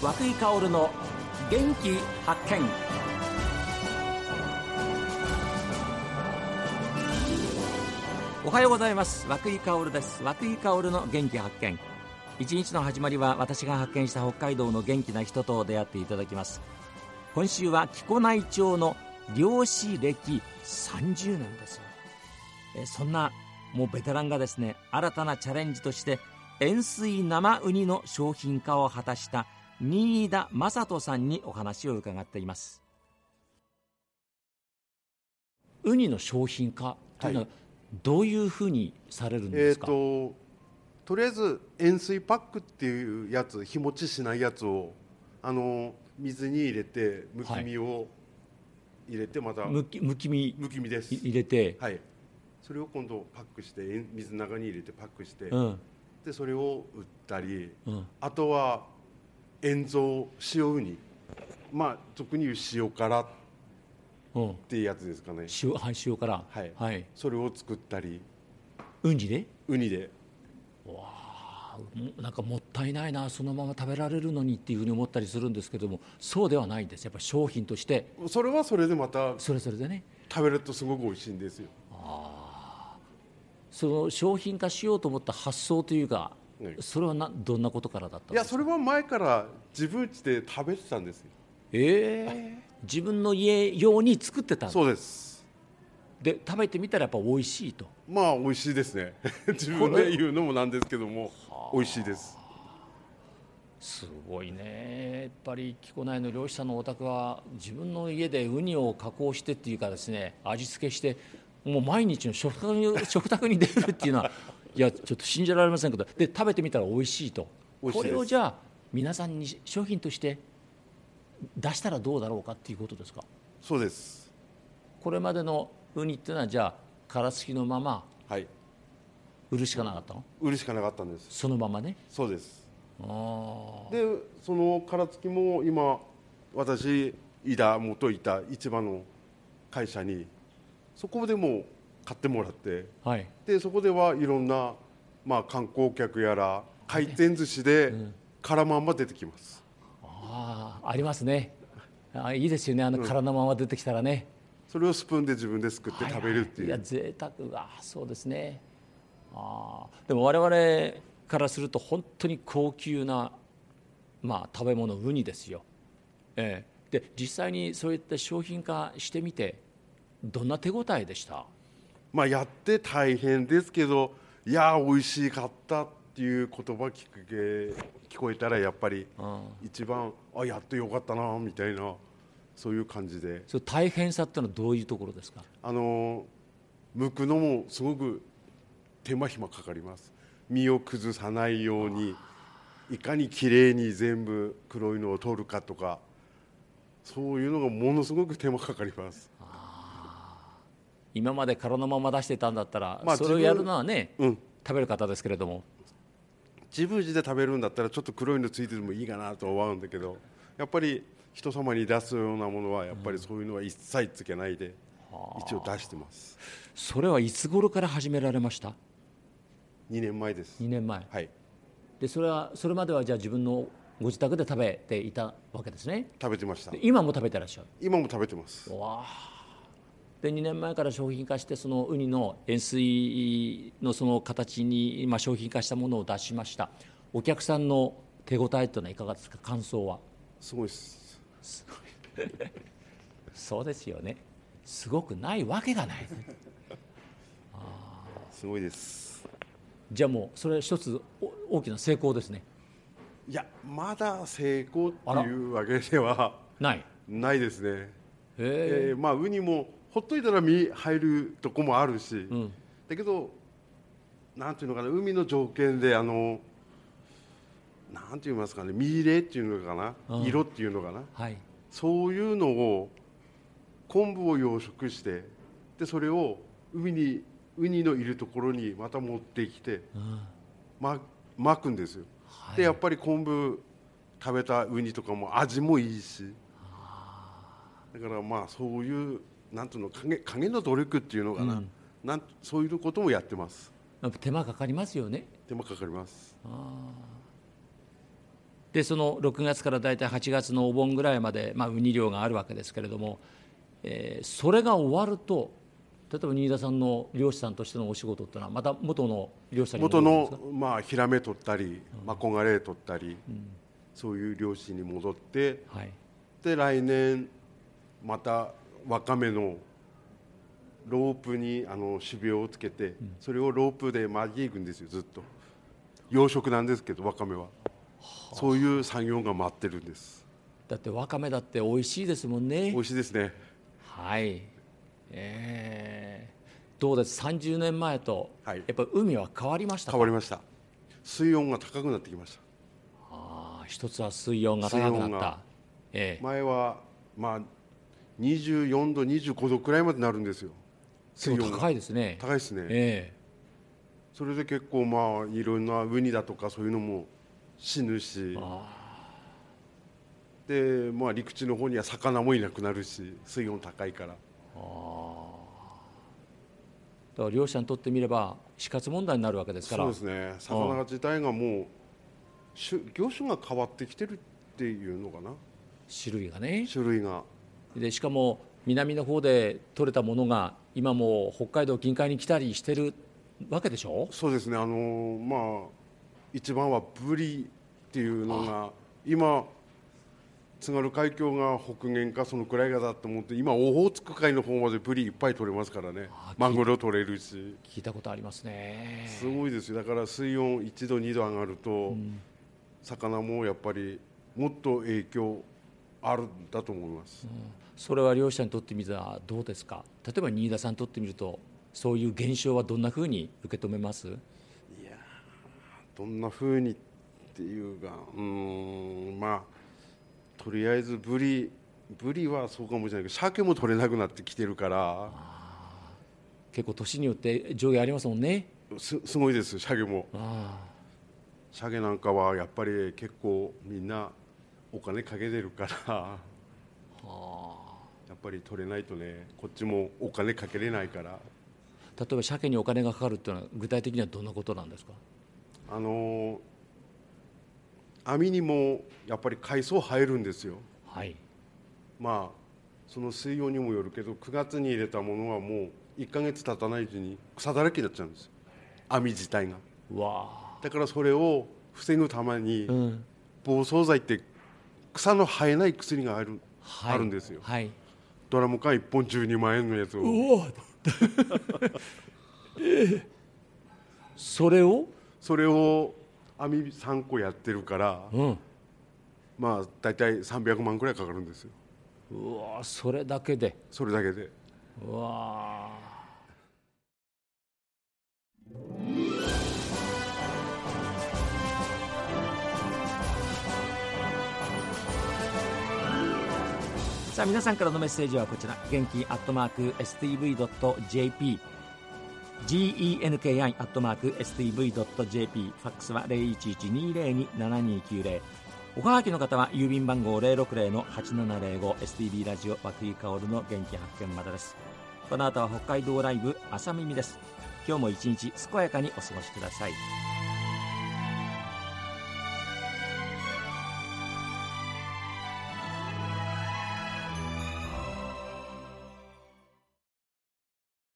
井香の元気発見。おはようございます。和井香です。和井香の元気発見。一日の始まりは私が発見した北海道の元気な人と出会っていただきます。今週は木古内町の漁師歴30年です。そんなもうベテランがですね、新たなチャレンジとして塩水生ウニの商品化を果たした新田正人さんにお話を伺っています。ウニの商品化というのはどういうふうにされるんですか？ とりあえず塩水パックっていうやつ、日持ちしないやつを水に入れてむき身を入れて、またむき身です入れて、 はい、それを今度パックして水の中に入れてパックして、でそれを売ったり、あとは塩蔵塩ウニ、俗に言う塩辛っていうやつですかね。 塩辛、 はい、それを作ったり。 ウニでわあ、なんかもったいないな、そのまま食べられるのにっていうふうに思ったりするんですけども、そうではないんです。やっぱり商品としてそれはそれでまたそれでね、 食べるとすごく美味しいんですよ。 その商品化しようと思った発想というか、それはどんなことからだったんですか？ いや、それは前から自分家で食べてたんですよ。 自分の家用に作ってたんです。 そうです。 で食べてみたらやっぱ美味しいと。 美味しいですね自分で言うのもなんですけども、美味しいです。 すごいね。やっぱり木古内の漁師さんのお宅は自分の家でウニを加工してっていうかですね、味付けしてもう毎日の食卓に出るっていうのはいや、ちょっと信じられませんけど、で食べてみたら美味しいと。これをじゃあ皆さんに商品として出したらどうだろうかっていうことですか？ そうです。 これまでのウニっていうのはじゃあ殻付きのまま売るしかなかったの？ 売るしかなかったんです。 そのままね。 そうです。でその殻付きも今私元いた市場の会社にそこでも買ってもらって、でそこではいろんな、観光客やら回転寿司で殻まんま出てきます。 ありますね。いいですよね、殻のまま出てきたらね。 それをスプーンで自分ですくって食べるっていう。 いや贅沢が、そうですね。でも我々からすると本当に高級な、食べ物ウニですよ。で実際にそういった商品化してみてどんな手応えでした？ やって大変ですけど、いや美味しかったっていう言葉聞こえたらやっぱり一番やってよかったなみたいな、そういう感じで。 その大変さってのはどういうところですか？ 剥くのもすごく手間暇かかります。身を崩さないようにいかにきれいに全部黒いのを取るかとか、そういうのがものすごく手間かかります。 今まで殻のまま出してたんだったら、それをやるのはね、食べる方ですけれども、 自分家で食べるんだったらちょっと黒いのついててもいいかなと思うんだけど、やっぱり人様に出すようなものはやっぱりそういうのは一切つけないで一応出してます。 それはいつ頃から始められました？ 2年前です。 2年前。 はい。 でそれまではじゃあ自分のご自宅で食べていたわけですね。 食べてました。 今も食べてらっしゃる？ 今も食べてます。 で2年前から商品化して、そのウニの塩水のその形に商品化したものを出しました。お客さんの手応えというのはいかがですか？感想は。 すごいです。 そうですよね。すごくないわけがない。 すごいです。 じゃあもうそれ一つ大きな成功ですね。 いや、まだ成功っていうわけではないですね。ウニもほっといたら身入るとこもあるし、だけどなんていうのかな、海の条件でなんて言いますかね、身入れっていうのかな、色っていうのかな、そういうのを昆布を養殖して、でそれをウニのいるところにまた持ってきて、巻くんですよ。でやっぱり昆布食べたウニとかも味もいいし、だからそういうなんていうの、影の努力っていうのかな、そういうこともやってます。 やっぱ手間かかりますよね。 手間かかります。 でその6月からだいたい8月のお盆ぐらいまで、ウニ漁があるわけですけれども、それが終わると例えば新田さんの漁師さんとしてのお仕事ってのはまた元の漁師さんに戻るんですか？ 元の、ヒラメ取ったり、マコガレ取ったり、そういう漁師に戻って、で来年またワカメのロープに種苗をつけて、それをロープで巻いていくんですよ。ずっと養殖なんですけど、ワカメはそういう作業が待ってるんです。 だってワカメだって美味しいですもんね。 美味しいですね。 はい、どうです？30年前と、やっぱり海は変わりましたか？ 変わりました。水温が高くなってきました。 一つは水温が高くなった。 前は24度25度くらいまでなるんですよ。 水温が高いですね。 高いですね。それで結構いろんなウニだとかそういうのも死ぬし、で陸地の方には魚もいなくなるし、水温高いから。だから漁師さんにとってみれば死活問題になるわけですから。 そうですね。魚自体がもう業種が変わってきてるっていうのかな。 種類がね。 種類がでしかも南の方で取れたものが今も北海道近海に来たりしてるわけでしょ。 そうですね。一番はブリっていうのが今津軽海峡が北限かそのくらいがだと思って、今オホーツク海の方までブリいっぱい取れますからね。マグロ取れるし。 聞いたことありますね。 すごいですよ。だから水温1度2度上がると、魚もやっぱりもっと影響あるんだと思います。 それは漁師さんにとってみたらどうですか？例えば新田さんにとってみるとそういう現象はどんなふうに受け止めます？ どんなふうにっていうか、とりあえずブリはそうかもしれないけど、鮭も取れなくなってきてるから。 結構年によって上下ありますもんね。 すごいです鮭も。鮭なんかはやっぱり結構みんなお金かけてるからやっぱり取れないとね、こっちもお金かけれないから。 例えば鮭にお金がかかるっていうのは具体的にはどんなことなんですか？ 網にもやっぱり海藻入るんですよ。その水温にもよるけど、9月に入れたものはもう1ヶ月経たないうちに草だらけになっちゃうんですよ、網自体が。だからそれを防ぐために、防草剤って草の生えない薬があるんですよ。ドラム缶1本12万円のやつをそれを網3個やってるから、だいたい300万くらいかかるんですよ。 それだけで。さあ皆さんからのメッセージはこちら、元気@stv.jp、genki@stv.jp、 ファックスは 0112027290、 おはがきの方は郵便番号 060-8705 STB ラジオ和久井薫の元気発見までです。この後は北海道ライブ朝耳です。今日も一日健やかにお過ごしください。